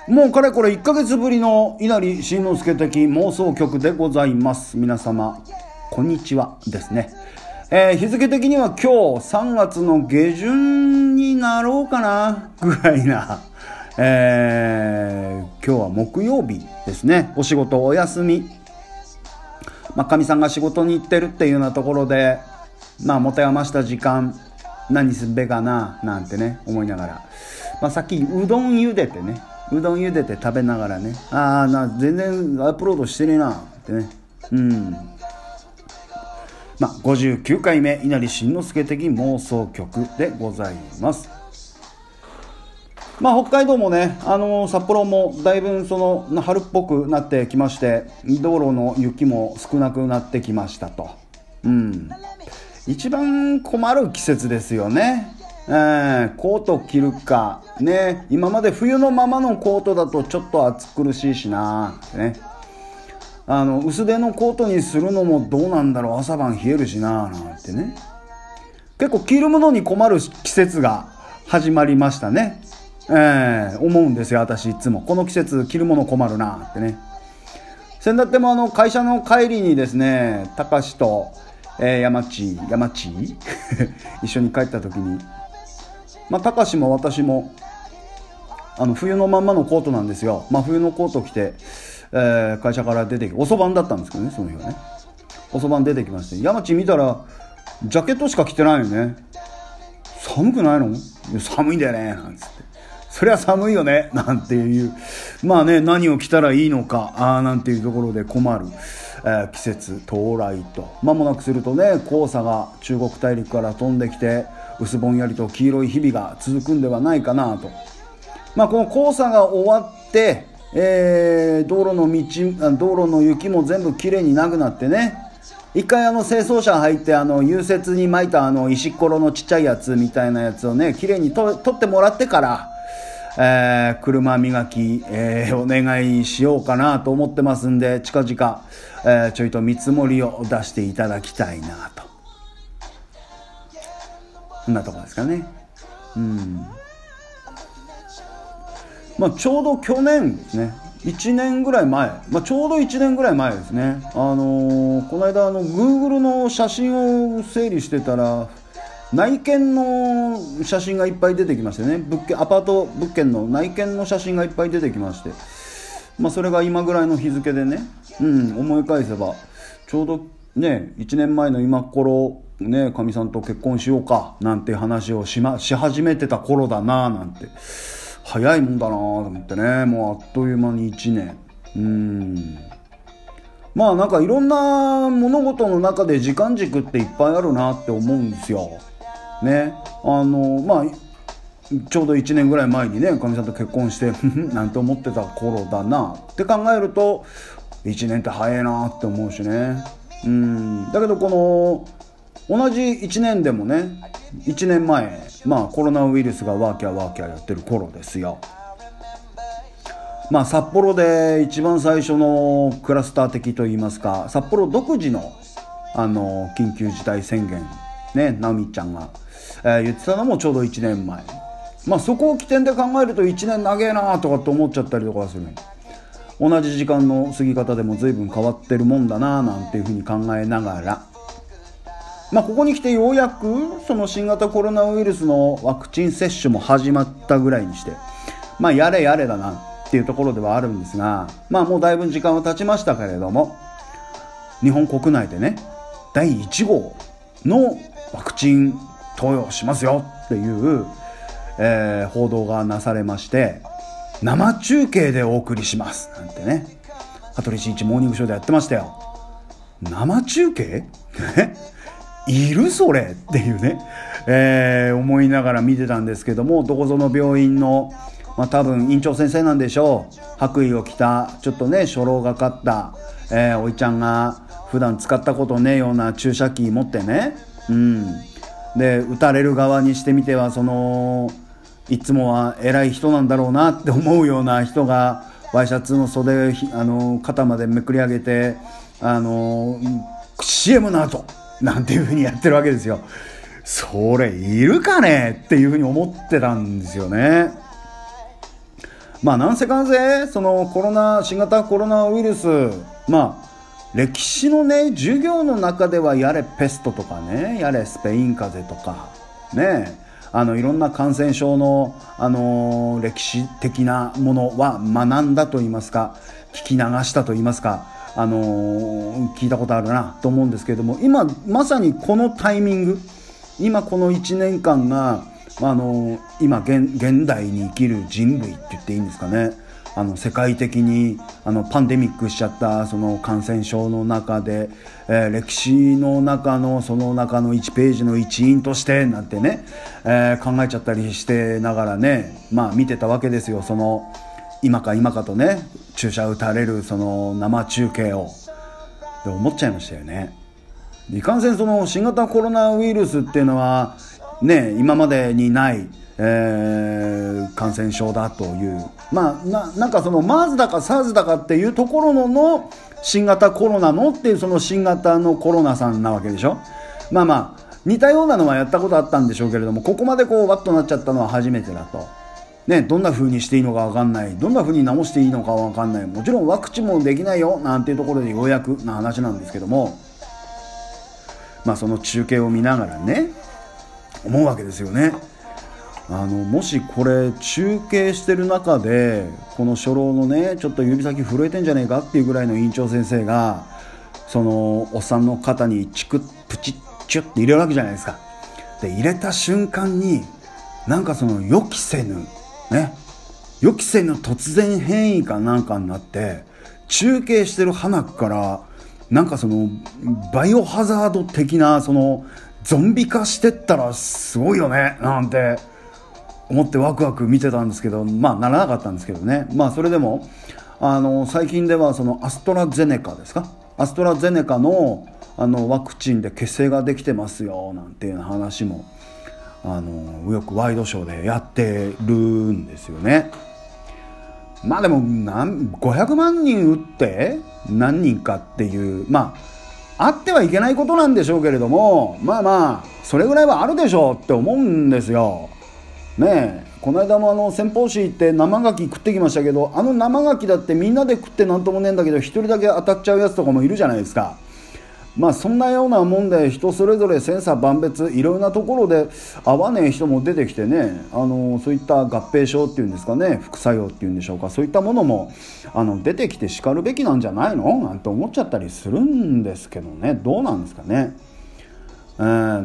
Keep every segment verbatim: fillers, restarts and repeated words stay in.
もうかれこれいっかげつぶりの稲荷慎之介的妄想曲でございます。皆様こんにちはですね。えー、日付的には今日さんがつの下旬になろうかなぐらいな、えー、今日は木曜日ですね。お仕事お休み、まあ、かみさんが仕事に行ってるっていうようなところで、まあ持て余した時間何すべかななんてね思いながら、まあ、さっきうどん茹でてねうどん茹でて食べながらね、あーな全然アップロードしてねえなってね、うんまあごじゅうきゅうかいめ稲荷慎之介的妄想曲でございます。まあ北海道もね、あのー、札幌もだいぶその春っぽくなってきまして、道路の雪も少なくなってきましたと。うん一番困る季節ですよね。えー、コート着るかね。今まで冬のままのコートだとちょっと暑苦しいしなってね。あの薄手のコートにするのもどうなんだろう、朝晩冷えるしななんてね。結構着るものに困る季節が始まりましたね。えー、思うんですよ私いつも。この季節着るもの困るなってね。先だってもあの会社の帰りにですね、高志と、えー、山地山地一緒に帰った時に、まあ、高志も私もあの冬のまんまのコートなんですよ。まあ、冬のコート着て、えー、会社から出てきて、遅番だったんですけどね、その日はね。遅番出てきまして、山地見たらジャケットしか着てないよね。寒くないの？いや寒いんだよねなんつって、そりゃ寒いよねなんていう、まあね、何を着たらいいのかあなんていうところで困る、えー、季節到来と。間もなくするとね、黄砂が中国大陸から飛んできて薄ぼんやりと黄色い日々が続くんではないかなと。まあこの黄砂が終わって、えー、道路の道道路の雪も全部きれいになくなってね、一回あの清掃車入ってあの融雪に巻いたあの石ころのちっちゃいやつみたいなやつをねきれいにと取ってもらってから、えー、車磨き、えー、お願いしようかなと思ってますんで、近々、えー、ちょいと見積もりを出していただきたいなと。そんなとこですかね。うんまあ、ちょうど去年ですね、いちねんぐらい前、まあ、ちょうどいちねんぐらい前ですね、あのー、この間あの Google の写真を整理してたら内見の写真がいっぱい出てきましてね、物件アパート物件の内見の写真がいっぱい出てきまして、まあ、それが今ぐらいの日付でね、うん、思い返せばちょうどねいちねんまえの今頃ね、かみさんと結婚しようかなんて話をし、ま、し始めてた頃だななんて、早いもんだなと思ってね、もうあっという間にいちねん。うーんまあなんかいろんな物事の中で時間軸っていっぱいあるなって思うんですよね。あのまあちょうどいちねんぐらい前にねかみさんと結婚してなんて思ってた頃だなって考えると、いちねんって早いなって思うしね。うんだけどこの同じいちねんでもね、いちねんまえ、まあコロナウイルスがワーキャーワーキャーやってる頃ですよ。まあ札幌で一番最初のクラスター的といいますか、札幌独自のあの緊急事態宣言ね、なみちゃんが、えー、言ってたのもちょうどいちねんまえ。まあそこを起点で考えるといちねん長えなとかって思っちゃったりとかする。同じ時間の過ぎ方でも随分変わってるもんだななんていうふうに考えながら、まあ、ここに来てようやくその新型コロナウイルスのワクチン接種も始まったぐらいにして、まあやれやれだなっていうところではあるんですが、まあもうだいぶ時間は経ちましたけれども、日本国内でねだいいち号のワクチン投与しますよっていう、えー、報道がなされまして、生中継でお送りしますなんてね、羽鳥慎一モーニングショーでやってましたよ。生中継いるそれっていうね、えー、思いながら見てたんですけども、どこぞの病院の、まあ、多分院長先生なんでしょう、白衣を着たちょっとね初老がかった、えー、おいちゃんが普段使ったことねえような注射器持ってね、うんで打たれる側にしてみてはそのいつもは偉い人なんだろうなって思うような人がワイシャツの袖あの肩までめくり上げて、あの シーエム の後なんていう風にやってるわけですよ。それいるかねっていう風に思ってたんですよね。 まあなんせかんせそのコロナ新型コロナウイルス、まあ歴史のね授業の中ではやれペストとかね、やれスペイン風邪とかね、あのいろんな感染症の、あのー、歴史的なものは学んだと言いますか、聞き流したと言いますか、あのー、聞いたことあるなと思うんですけれども、今まさにこのタイミング、今このいちねんかんが、あのー、今 現, 現代に生きる人類って言っていいんですかね、あの世界的にあのパンデミックしちゃったその感染症の中で、えー、歴史の中のその中のいちページの一員としてなんてね、えー、考えちゃったりしてながらね、まあ見てたわけですよ。その今か今かとね注射打たれるその生中継をで思っちゃいましたよね。いかんせんその新型コロナウイルスっていうのはね、今までにない、えー、感染症だという、まあ な, なんかその マーズ だか SARS だかっていうところ の, の新型コロナのっていうその新型のコロナさんなわけでしょ。まあまあ似たようなのはやったことあったんでしょうけれども、ここまでこうワッとなっちゃったのは初めてだと、ね、どんな風にしていいのか分かんない、どんな風に治していいのか分かんない、もちろんワクチンもできないよなんていうところでようやくな話なんですけども、まあその中継を見ながらね思うわけですよね。あのもしこれ中継してる中でこの初老のねちょっと指先震えてんじゃねえかっていうぐらいの院長先生がそのおっさんの肩にチクップチッチュッって入れるわけじゃないですか。で入れた瞬間になんかその予期せぬね予期せぬ突然変異かなんかになって、中継してる鼻からなんかそのバイオハザード的なそのゾンビ化してったらすごいよねなんて思ってワクワク見てたんですけど、まあならなかったんですけどね。まあそれでもあの最近ではそのアストラゼネカですか、アストラゼネカのあのワクチンで血清ができてますよなんていう話もあのよくワイドショーでやってるんですよね。まあでもなんごひゃくまんにん打って何人かっていう、まああってはいけないことなんでしょうけれども、まあまあそれぐらいはあるでしょうって思うんですよね。えこの間もあの先方市行って生牡蠣食ってきましたけど、あの生牡蠣だってみんなで食ってなんともねえんだけど一人だけ当たっちゃうやつとかもいるじゃないですか。まあそんなようなもんで人それぞれ千差万別いろいろなところで合わねえ人も出てきてね、あのそういった合併症っていうんですかね、副作用っていうんでしょうか、そういったものもあの出てきてしかるべきなんじゃないのなんて思っちゃったりするんですけどね。どうなんですかね。うん、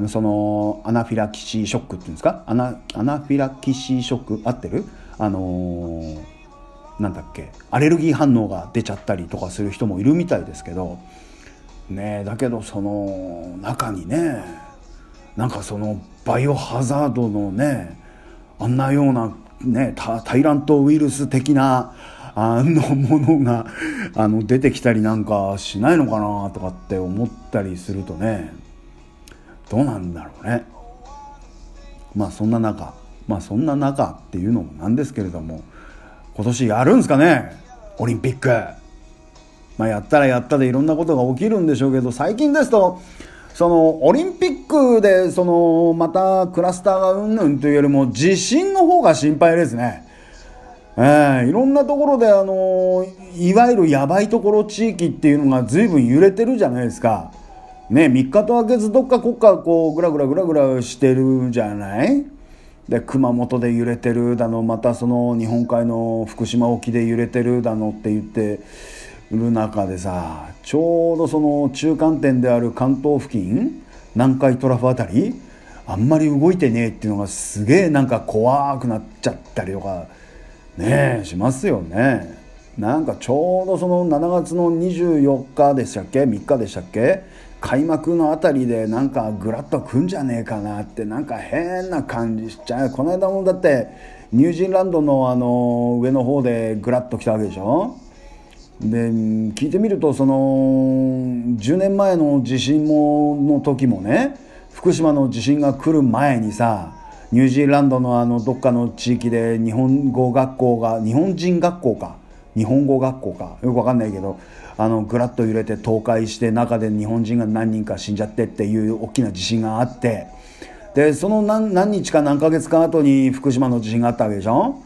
そのアナフィラキシーショックっていうんですか、アナ、アナフィラキシーショック合ってる、あのー、なんだっけ、アレルギー反応が出ちゃったりとかする人もいるみたいですけどね。だけどその中にねなんかそのバイオハザードのねあんなようなねタイラントウイルス的なあのものがあの出てきたりなんかしないのかなとかって思ったりするとね、どうなんだろうね。まあそんな中まあそんな中っていうのもなんですけれども、今年やるんですかねオリンピック。まあやったらやったでいろんなことが起きるんでしょうけど、最近ですとそのオリンピックでそのまたクラスターがうんぬんというよりも地震の方が心配ですね。えー、いろんなところであのいわゆるやばいところ地域っていうのが随分揺れてるじゃないですかね。みっかと空けずどっか国家こうグラグラグラグラしてるじゃない。で熊本で揺れてるだの、またその日本海の福島沖で揺れてるだのって言ってる中でさ、ちょうどその中間点である関東付近南海トラフあたりあんまり動いてねえっていうのがすげえなんか怖くなっちゃったりとかねえしますよね。なんかちょうどそのしちがつのにじゅうよっかでしたっけみっかでしたっけ開幕のあたりでなんかグラッとくんじゃねえかなってなんか変な感じしちゃう。この間もだってニュージーランドのあの上の方でグラッときたわけでしょ。で聞いてみるとそのじゅうねんまえの地震もの時もね、福島の地震が来る前にさ、ニュージーランドのあのどっかの地域で日本語学校が日本人学校か日本語学校かよくわかんないけどあのグラッと揺れて倒壊して中で日本人が何人か死んじゃってっていう大きな地震があって、でその 何, 何日か何ヶ月か後に福島の地震があったわけでしょ。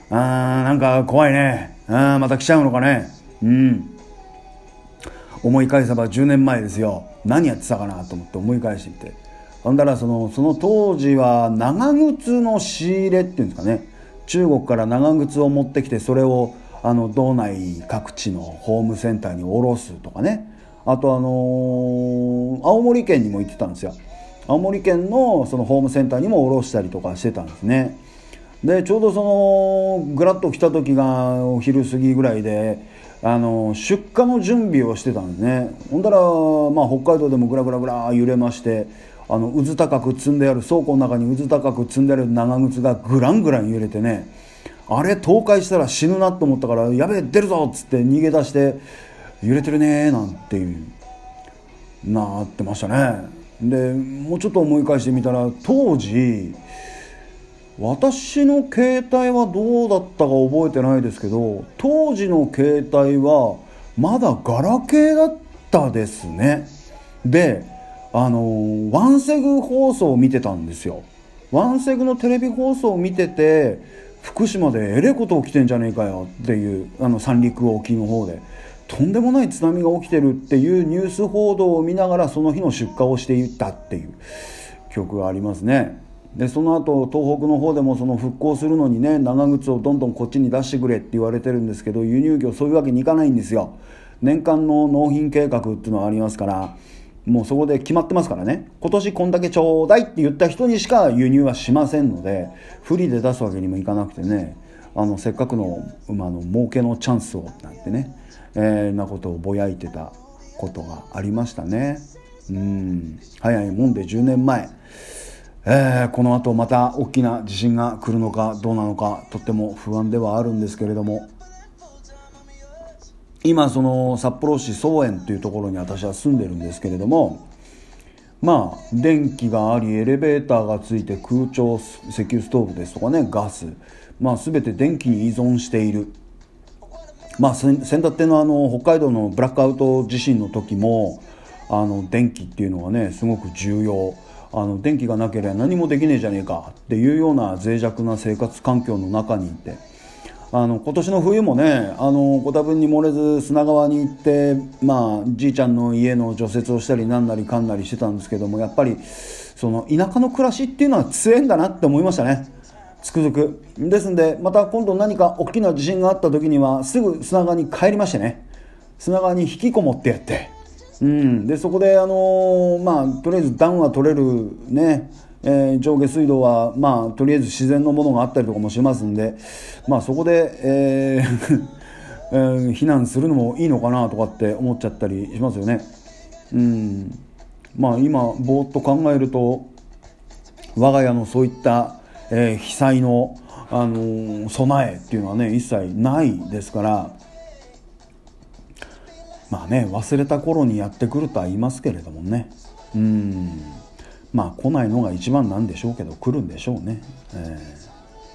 あーなんか怖いね。あーまた来ちゃうのかね。うん思い返せばじゅうねんまえですよ。何やってたかなと思って思い返していて、ほんだらそのその当時は長靴の仕入れっていうんですかね、中国から長靴を持ってきて、それをあの道内各地のホームセンターに卸すとかね、あとあのー、青森県にも行ってたんですよ。青森県のそのホームセンターにも卸したりとかしてたんですね。でちょうどそのグラッと来た時がお昼過ぎぐらいで、あの出荷の準備をしてたんですね。ほんだら、まあ、北海道でもグラグラグラ揺れまして、あの渦高く積んである倉庫の中に渦高く積んである長靴がグラングラン揺れてね、あれ倒壊したら死ぬなと思ったから、やべえ出るぞっつって逃げ出して、揺れてるねーなんていうなってましたね。でもうちょっと思い返してみたら、当時私の携帯はどうだったか覚えてないですけど、当時の携帯はまだガラケーだったですね。であのワンセグ放送を見てたんですよ。ワンセグのテレビ放送を見てて、福島でえれこと起きてんじゃねえかよっていう、あの三陸沖の方でとんでもない津波が起きてるっていうニュース報道を見ながら、その日の出荷をしていったっていう記憶がありますね。でその後東北の方でもその復興するのにね、長靴をどんどんこっちに出してくれって言われてるんですけど、輸入業そういうわけにいかないんですよ。年間の納品計画っていうのがありますから、もうそこで決まってますからね、今年こんだけちょうだいって言った人にしか輸入はしませんので、フリーで出すわけにもいかなくてね、あのせっかくの馬の儲けのチャンスをなんてね、えー、なことをぼやいてたことがありましたね。うん早いもんでじゅうねんまえ。えー、この後また大きな地震が来るのかどうなのか、とっても不安ではあるんですけれども、今その札幌市曹園というところに私は住んでるんですけれども、まあ電気がありエレベーターがついて、空調石油ストーブですとかね、ガス、まあ全て電気に依存している。まあ先だってのあの北海道のブラックアウト地震の時も、あの電気っていうのはねすごく重要。あの電気がなければ何もできねえじゃねえかっていうような脆弱な生活環境の中にいて、あの今年の冬もね、あのご多分に漏れず砂川に行って、まあじいちゃんの家の除雪をしたりなんなりかんなりしてたんですけども、やっぱりその田舎の暮らしっていうのは強えんだなって思いましたね。つくづくですんで、また今度何か大きな地震があった時にはすぐ砂川に帰りましてね、砂川に引きこもってやって、うん、でそこで、あのーまあ、とりあえず暖は取れる、ねえー、上下水道は、まあ、とりあえず自然のものがあったりとかもしますんで、まあ、そこで、えーえー、避難するのもいいのかなとかって思っちゃったりしますよね。うんまあ、今ぼーっと考えると、我が家のそういった、えー、被災の、あのー、備えっていうのはね一切ないですから、まあね、忘れた頃にやってくるとは言いますけれどもね、うーんまあ来ないのが一番なんでしょうけど、来るんでしょうね、えー、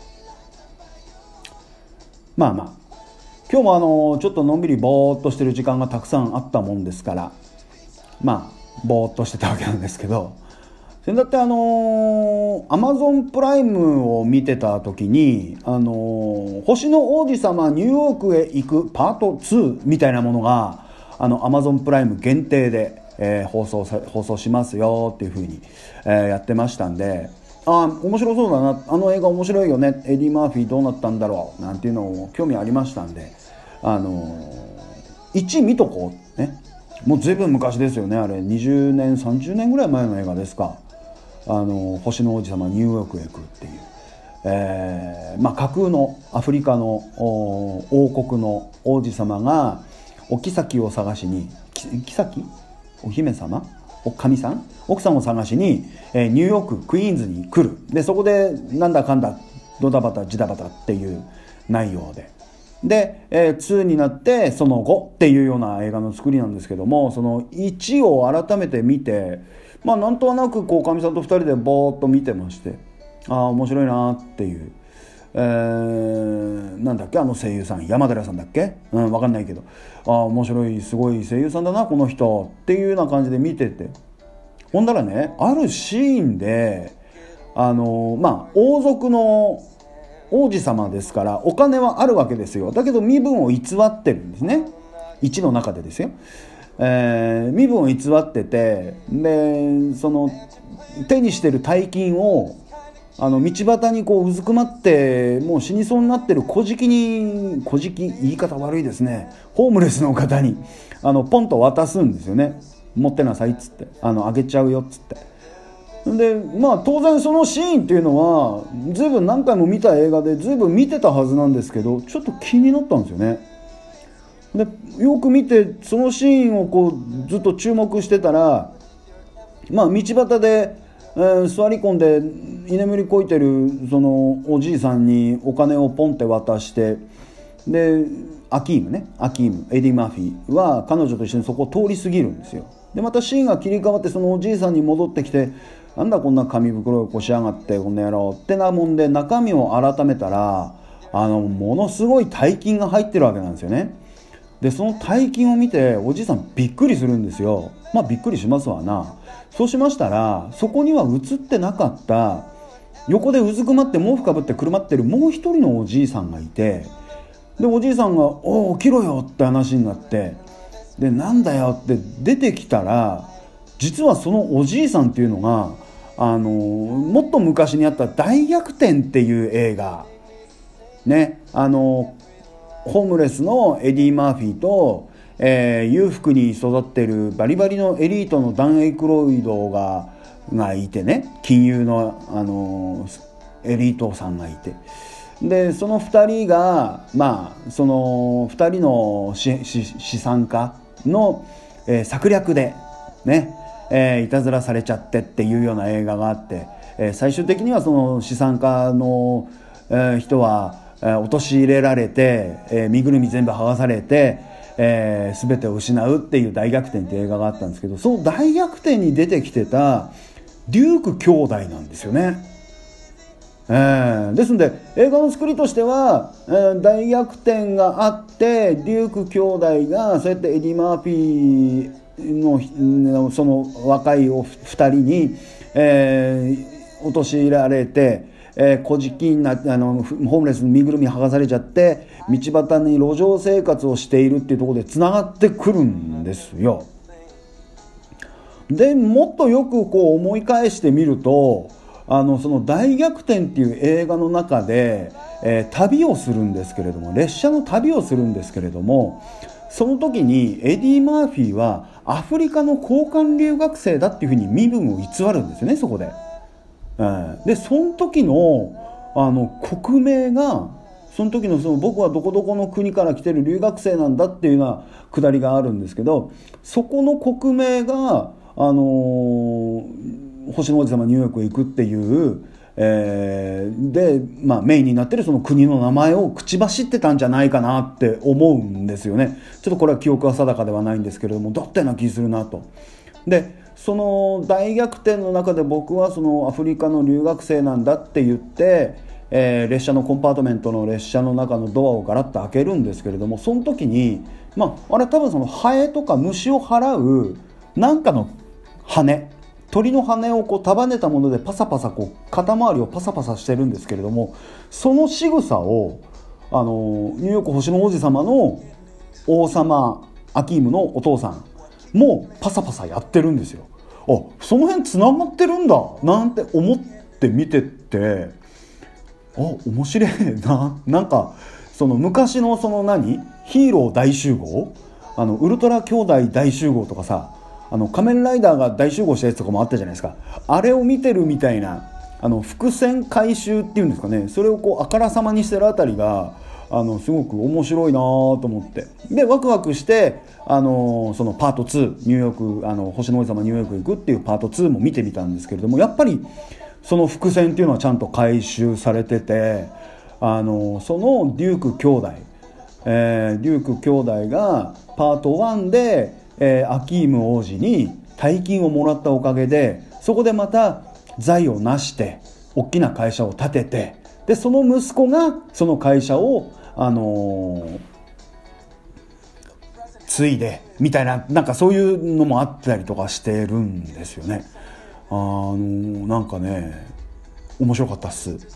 まあまあ今日もあのちょっとのんびりぼーっとしてる時間がたくさんあったもんですから、まあぼーっとしてたわけなんですけど、それだってあのー、アマゾンプライムを見てた時に、あのー、星の王子様ニューヨークへ行くパートツーみたいなものがあのアマゾンプライム限定で、えー、放送さ放送しますよっていう風に、えー、やってましたんで、あ面白そうだな、あの映画面白いよね、エディ・マーフィーどうなったんだろうなんていうのを興味ありましたんで、あのー、いち見とこうね。もうずいぶん昔ですよね、あれにじゅうねんさんじゅうねんぐらい前の映画ですか。あの星の王子様ニューヨークへ行くっていう、えーまあ、架空のアフリカの王国の王子様がお妃を探しに、妃お姫様おかみさん奥さんを探しに、えー、ニューヨーククイーンズに来る。でそこでなんだかんだドタバタジタバタっていう内容でで、えー、ツーになってその後っていうような映画の作りなんですけども、そのいちを改めて見て、まあなんとなくこうかみさんとふたりでぼーっと見てまして、ああ面白いなっていう、えー、なんだっけあの声優さん、山寺さんだっけ、うん分かんないけど、ああ面白いすごい声優さんだなこの人っていうような感じで見てて、ほんだらねあるシーンであのまあ王族の王子様ですからお金はあるわけですよ。だけど身分を偽ってるんですね。一の中でですよ、えー、身分を偽ってて、でその手にしてる大金をあの道端にこううずくまってもう死にそうになってる小じに小じ言い方悪いですね、ホームレスの方にあのポンと渡すんですよね。持ってなさいっつって、あのあげちゃうよっつって。でまあ当然そのシーンっていうのはずいぶん何回も見た映画でずいぶん見てたはずなんですけど、ちょっと気になったんですよね。でよく見てそのシーンをこうずっと注目してたら、まあ道端で、えー、座り込んで居眠りこいてるそのおじいさんにお金をポンって渡して、でアキームねアキームエディ・マーフィーは彼女と一緒にそこを通り過ぎるんですよ。でまたシーンが切り替わってそのおじいさんに戻ってきて、なんだこんな紙袋をこしやがってこの野郎ってなもんで、中身を改めたらあのものすごい大金が入ってるわけなんですよね。でその大金を見ておじいさんびっくりするんですよ。まあびっくりしますわな。そうしましたらそこには映ってなかった横でうずくまって毛布かぶってくるまってるもう一人のおじいさんがいて、でおじいさんがおお起きろよって話になって、でなんだよって出てきたら、実はそのおじいさんっていうのがあのもっと昔にあった大逆転っていう映画ね、あのホームレスのエディ・マーフィーと、えー、裕福に育ってるバリバリのエリートのダン・エイクロイドががいてね、金融の、あのエリートさんがいて、でそのふたりがまあそのふたりの資産家の、えー、策略でね、えー、いたずらされちゃってっていうような映画があって、えー、最終的にはその資産家の、えー、人は陥れられて、えー、身ぐるみ全部剥がされて、えー、全てを失うっていう大逆転って映画があったんですけど、その大逆転に出てきてたデューク兄弟なんですよね。えー、ですので映画の作りとしては、えー、大逆転があってデューク兄弟がそうやってエディ・マーフィーのその若いおふたりに、えー、陥られて、えー、小じきになってあのホームレスの身ぐるみ剥がされちゃって道端に路上生活をしているっていうところでつながってくるんですよ。でもっとよくこう思い返してみると、あのその大逆転っていう映画の中で、えー、旅をするんですけれども、列車の旅をするんですけれども、その時にエディ・マーフィーはアフリカの交換留学生だっていうふうに身分を偽るんですよね、そこで。でその時のあの国名がその時のその僕はどこどこの国から来てる留学生なんだっていうようなくだりがあるんですけど、そこの国名があのー、星の王子様ニューヨークへ行くっていう、えー、で、まあ、メインになってるその国の名前を口走ってたんじゃないかなって思うんですよね。ちょっとこれは記憶は定かではないんですけれども、だったような気するなと。でその大逆転の中で僕はそのアフリカの留学生なんだって言って、えー、列車のコンパートメントの列車の中のドアをガラッと開けるんですけれども、その時に、まあ、あれ多分そのハエとか虫を払うなんかの羽、鳥の羽をこう束ねたものでパサパサこう肩周りをパサパサしてるんですけれども、その仕草をあのニューヨーク星の王子様の王様アキームのお父さんもパサパサやってるんですよ。あ、その辺つながってるんだなんて思って見てて、あ、面白いな。なんかその昔のその何ヒーロー大集合、あのウルトラ兄弟大集合とかさ、あの仮面ライダーが大集合したやつとかもあったじゃないですか。あれを見てるみたいな、あの伏線回収っていうんですかね、それをこうあからさまにしてるあたりがあのすごく面白いなと思って、でワクワクしてあのそのパートツーニューヨークあの星の王子様ニューヨーク行くっていうパートツーも見てみたんですけれども、やっぱりその伏線っていうのはちゃんと回収されてて、あのそのデューク兄弟、えー、デューク兄弟がパートワンで、えー、アキーム王子に大金をもらったおかげで、そこでまた財を成して大きな会社を建てて、でその息子がその会社をあのー、継いでみたいな、なんかそういうのもあったりとかしてるんですよね。あのー、なんかね面白かったっす。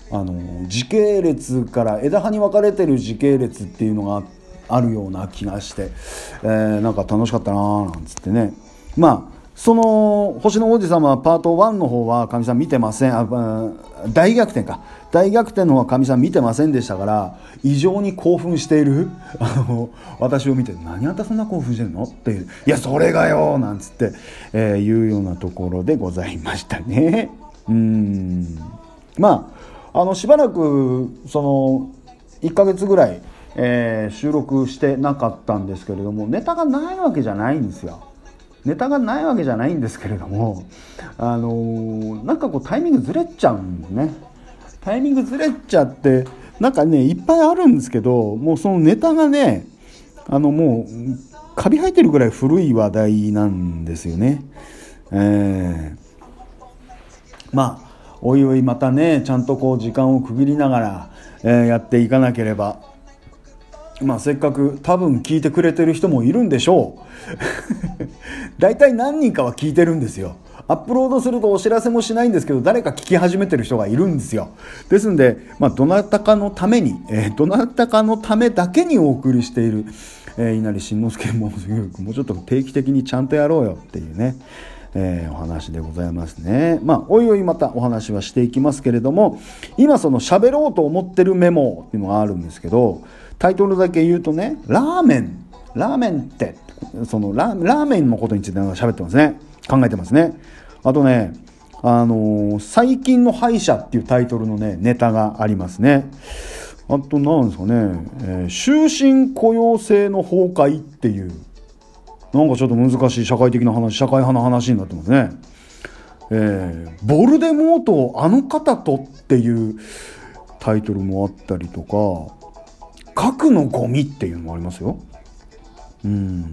あの時系列から枝葉に分かれてる時系列っていうのがあるような気がして、えー、なんか楽しかったなーなんつってね。まあその星の王子様パートワンの方はかみさん見てません。あ大逆転か大逆転の方はかみさん見てませんでしたから、異常に興奮しているあの私を見て、何あんたそんな興奮してるのっていう、いやそれがよなんつって、えー、いうようなところでございましたね。うーんまああのしばらくそのいっかげつぐらい、えー、収録してなかったんですけれども、ネタがないわけじゃないんですよ。ネタがないわけじゃないんですけれども、あのー、なんかこうタイミングずれちゃうんですね。タイミングずれちゃってなんかねいっぱいあるんですけど、もうそのネタがねあのもうカビ生えてるぐらい古い話題なんですよね。えー、まあおいおいまたねちゃんとこう時間を区切りながら、えー、やっていかなければ。まあせっかく多分聞いてくれてる人もいるんでしょう。だいたい何人かは聞いてるんですよ。アップロードするとお知らせもしないんですけど、誰か聞き始めてる人がいるんですよ。ですんで、まあ、どなたかのために、えー、どなたかのためだけにお送りしている、えー、稲荷慎之介ももうちょっと定期的にちゃんとやろうよっていうね、えー、お話でございますね。まあおいおいまたお話はしていきますけれども、今その喋ろうと思ってるメモっていうのがあるんですけど、タイトルだけ言うとね、ラーメンラーメンってその ラ, ラーメンのことについて喋ってますね。考えてますね。あとね、あのー、最近の歯医者っていうタイトルのねネタがありますね。あとなんですかね、えー、終身雇用制の崩壊っていう、なんかちょっと難しい社会的な話、社会派の話になってますね。えー、ボルデモートをあの方とっていうタイトルもあったりとか、核のゴミっていうのもありますよ。うん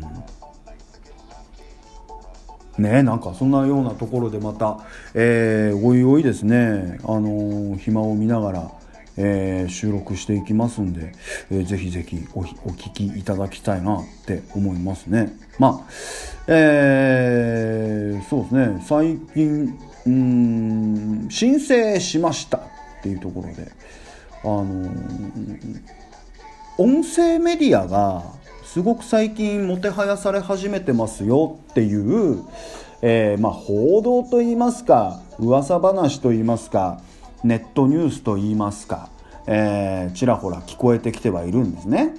ね、なんかそんなようなところでまた、えー、おいおいですね、あのー、暇を見ながら、えー、収録していきますんで、えー、ぜひぜひ お, お聞きいただきたいなって思いますね。まあ、えー、そうですね、最近うーん申請しましたっていうところで、あのー、音声メディアがすごく最近もてはやされ始めてますよっていう、えーまあ、報道といいますか噂話といいますかネットニュースといいますか、えー、ちらほら聞こえてきてはいるんですね。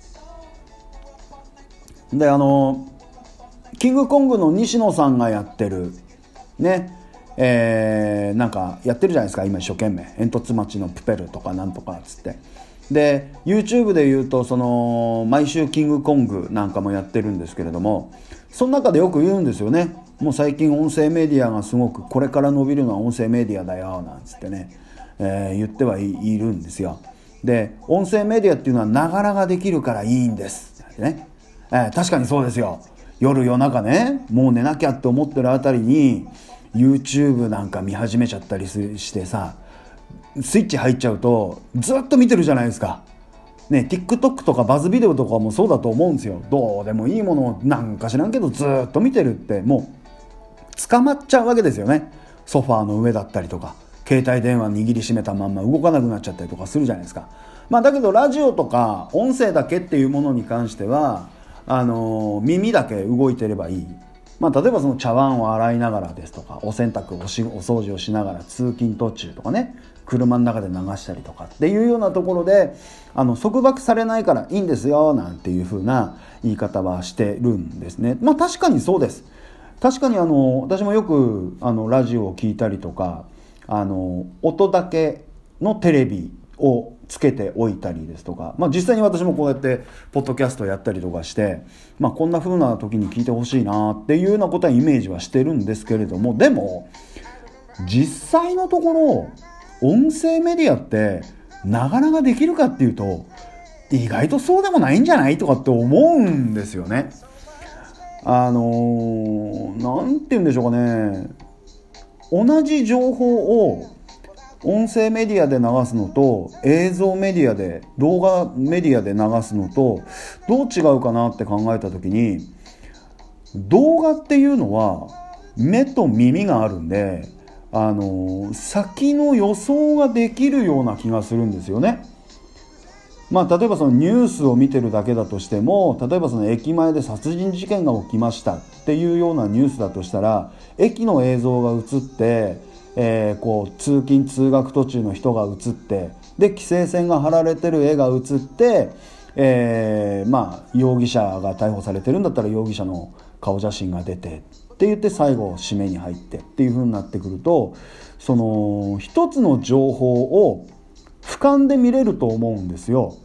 であのキングコングの西野さんがやってるね、えー、なんかやってるじゃないですか今一生懸命煙突町のプペルとかなんとかっつって、で YouTube で言うとその毎週キングコングなんかもやってるんですけれども、その中でよく言うんですよね。もう最近音声メディアがすごくこれから伸びるのは音声メディアだよなんつってね、えー、言ってはいるんですよ。で音声メディアっていうのはながらができるからいいんですね、えー、確かにそうですよ。夜夜中ねもう寝なきゃって思ってるあたりに YouTube なんか見始めちゃったりしてさ、スイッチ入っちゃうとずっと見てるじゃないですかね。 TikTok とかバズビデオとかもそうだと思うんですよ。どうでもいいものをなんか知らんけどずっと見てるってもう捕まっちゃうわけですよね。ソファーの上だったりとか携帯電話握りしめたまんま動かなくなっちゃったりとかするじゃないですか。まあだけどラジオとか音声だけっていうものに関してはあのー、耳だけ動いてればいい。まあ、例えばその茶碗を洗いながらですとかお洗濯 お, しお掃除をしながら通勤途中とかね車の中で流したりとかっていうようなところであの束縛されないからいいんですよなんていう風な言い方はしてるんですね。まあ確かにそうです。確かにあの私もよくあのラジオを聞いたりとかあの音だけのテレビをつけておいたりですとか、まあ、実際に私もこうやってポッドキャストやったりとかして、まあ、こんな風な時に聞いてほしいなっていうようなことはイメージはしてるんですけれども、でも実際のところ音声メディアってなかなかできるかっていうと意外とそうでもないんじゃないとかって思うんですよね。あのー、なんて言うんでしょうかね、同じ情報を音声メディアで流すのと映像メディアで動画メディアで流すのとどう違うかなって考えた時に、動画っていうのは目と耳があるんで、 あの先の予想ができるような気がするんですよね。まあ、例えばそのニュースを見てるだけだとしても、例えばその駅前で殺人事件が起きましたっていうようなニュースだとしたら、駅の映像が映って、えー、こう通勤通学途中の人が映って、で規制線が張られてる絵が映って、えー、まあ容疑者が逮捕されてるんだったら容疑者の顔写真が出てって言って最後締めに入ってっていう風になってくると、その一つの情報を俯瞰で見れると思うんですよ。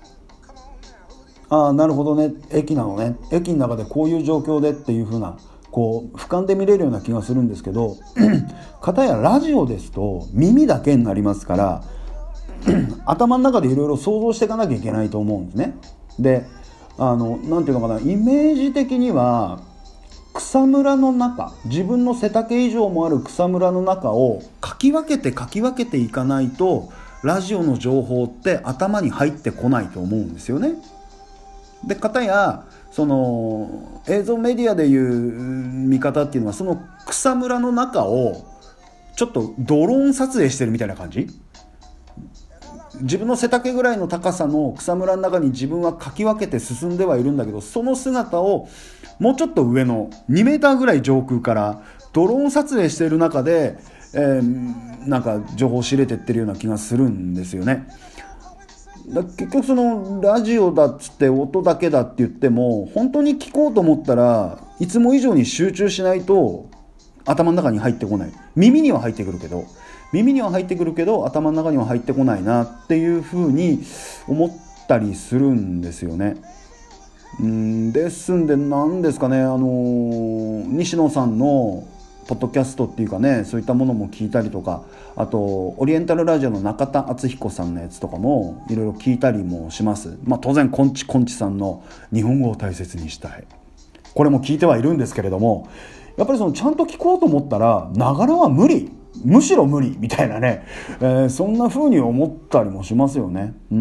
ああなるほどね、駅なのね、駅の中でこういう状況でっていう風なこう俯瞰で見れるような気がするんですけど片やラジオですと耳だけになりますから頭の中でいろいろ想像していかなきゃいけないと思うんですね。で、あのなんていうのかな、イメージ的には草むらの中、自分の背丈以上もある草むらの中をかき分けてかき分けていかないとラジオの情報って頭に入ってこないと思うんですよね。で、片やその映像メディアでいう見方っていうのは、その草むらの中をちょっとドローン撮影してるみたいな感じ。自分の背丈ぐらいの高さの草むらの中に自分はかき分けて進んではいるんだけど、その姿をもうちょっと上のにメーターぐらい上空からドローン撮影している中で、えー、なんか情報を仕入れてってるような気がするんですよね。だ結局そのラジオだっつって音だけだって言っても、本当に聞こうと思ったらいつも以上に集中しないと頭の中に入ってこない。耳には入ってくるけど耳には入ってくるけど頭の中には入ってこないなっていうふうに思ったりするんですよね。うんですんで、何ですかね、あのー、西野さんのポッドキャストっていうかね、そういったものも聞いたりとか、あとオリエンタルラジオの中田敦彦さんのやつとかもいろいろ聞いたりもします。まあ当然こんちこんちさんの日本語を大切にしたい、これも聞いてはいるんですけれども、やっぱりそのちゃんと聞こうと思ったらながらは無理、むしろ無理みたいなね、えー、そんな風に思ったりもしますよね。うん、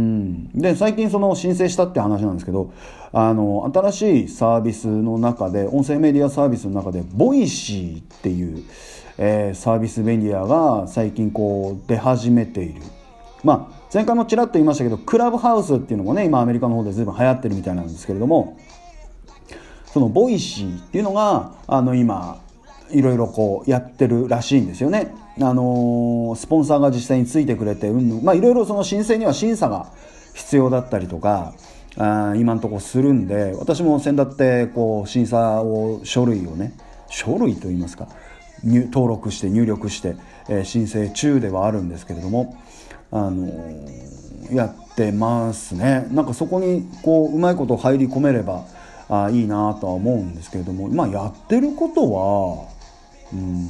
で最近その申請したって話なんですけど、あの新しいサービスの中で、音声メディアサービスの中でボイシーっていう、えー、サービスメディアが最近こう出始めている。まあ前回もちらっと言いましたけど、クラブハウスっていうのもね今アメリカの方で随分流行ってるみたいなんですけれども、そのボイシーっていうのがあの今いろいろこうやってるらしいんですよね。あのー、スポンサーが実際についてくれて、うん、まあいろいろその申請には審査が必要だったりとか、あ今のところするんで、私も先だってこう審査を書類をね、書類といいますか、登録して入力して、えー、申請中ではあるんですけれども、あのー、やってますね。なんかそこにこううまいこと入り込めればあいいなとは思うんですけれども、まあやってることはうん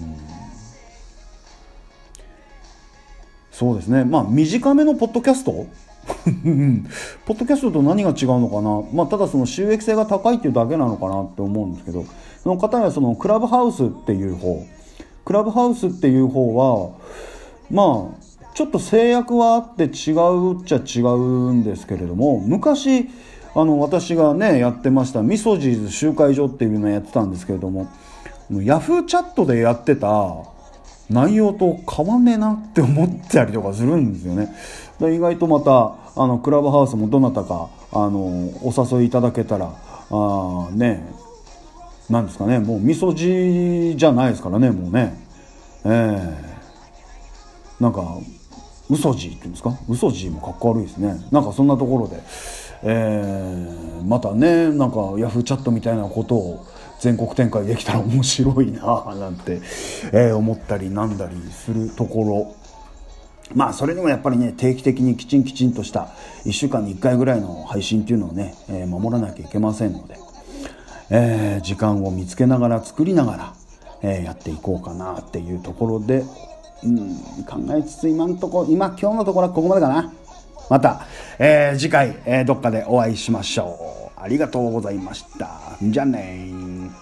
そうですね、まあ短めのポッドキャストポッドキャストと何が違うのかな、まあ、ただその収益性が高いっていうだけなのかなって思うんですけど、その方やそのクラブハウスっていう方クラブハウスっていう方はまあちょっと制約はあって違うっちゃ違うんですけれども、昔あの私がねやってましたミソジーズ集会所っていうのをやってたんですけれども、ヤフーチャットでやってた内容と変わんねえなって思ったりとかするんですよね。で意外とまたあのクラブハウスもどなたかあのお誘いいただけたらあねなんですかね、もうみそじじゃないですからね、もうね、えー、なんか嘘じっていうんですか、嘘じもかっこ悪いですね。なんかそんなところで、えー、またねなんかヤフーチャットみたいなことを全国展開できたら面白いななんて、えー、思ったりなんだりするところ。まあそれでもやっぱりね定期的にきちんきちんとしたいっしゅうかんにいっかいぐらいの配信っていうのをね、えー、守らなきゃいけませんので、えー、時間を見つけながら作りながら、えー、やっていこうかなっていうところで、うん、考えつつ今のところ今今日のところはここまでかな。また、えー、次回、えー、どっかでお会いしましょう。ありがとうございました。じゃあねー。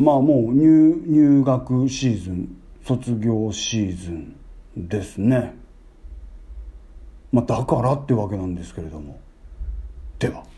まあもう 入, 入学シーズン、卒業シーズンですね。まあだからってわけなんですけれども、では。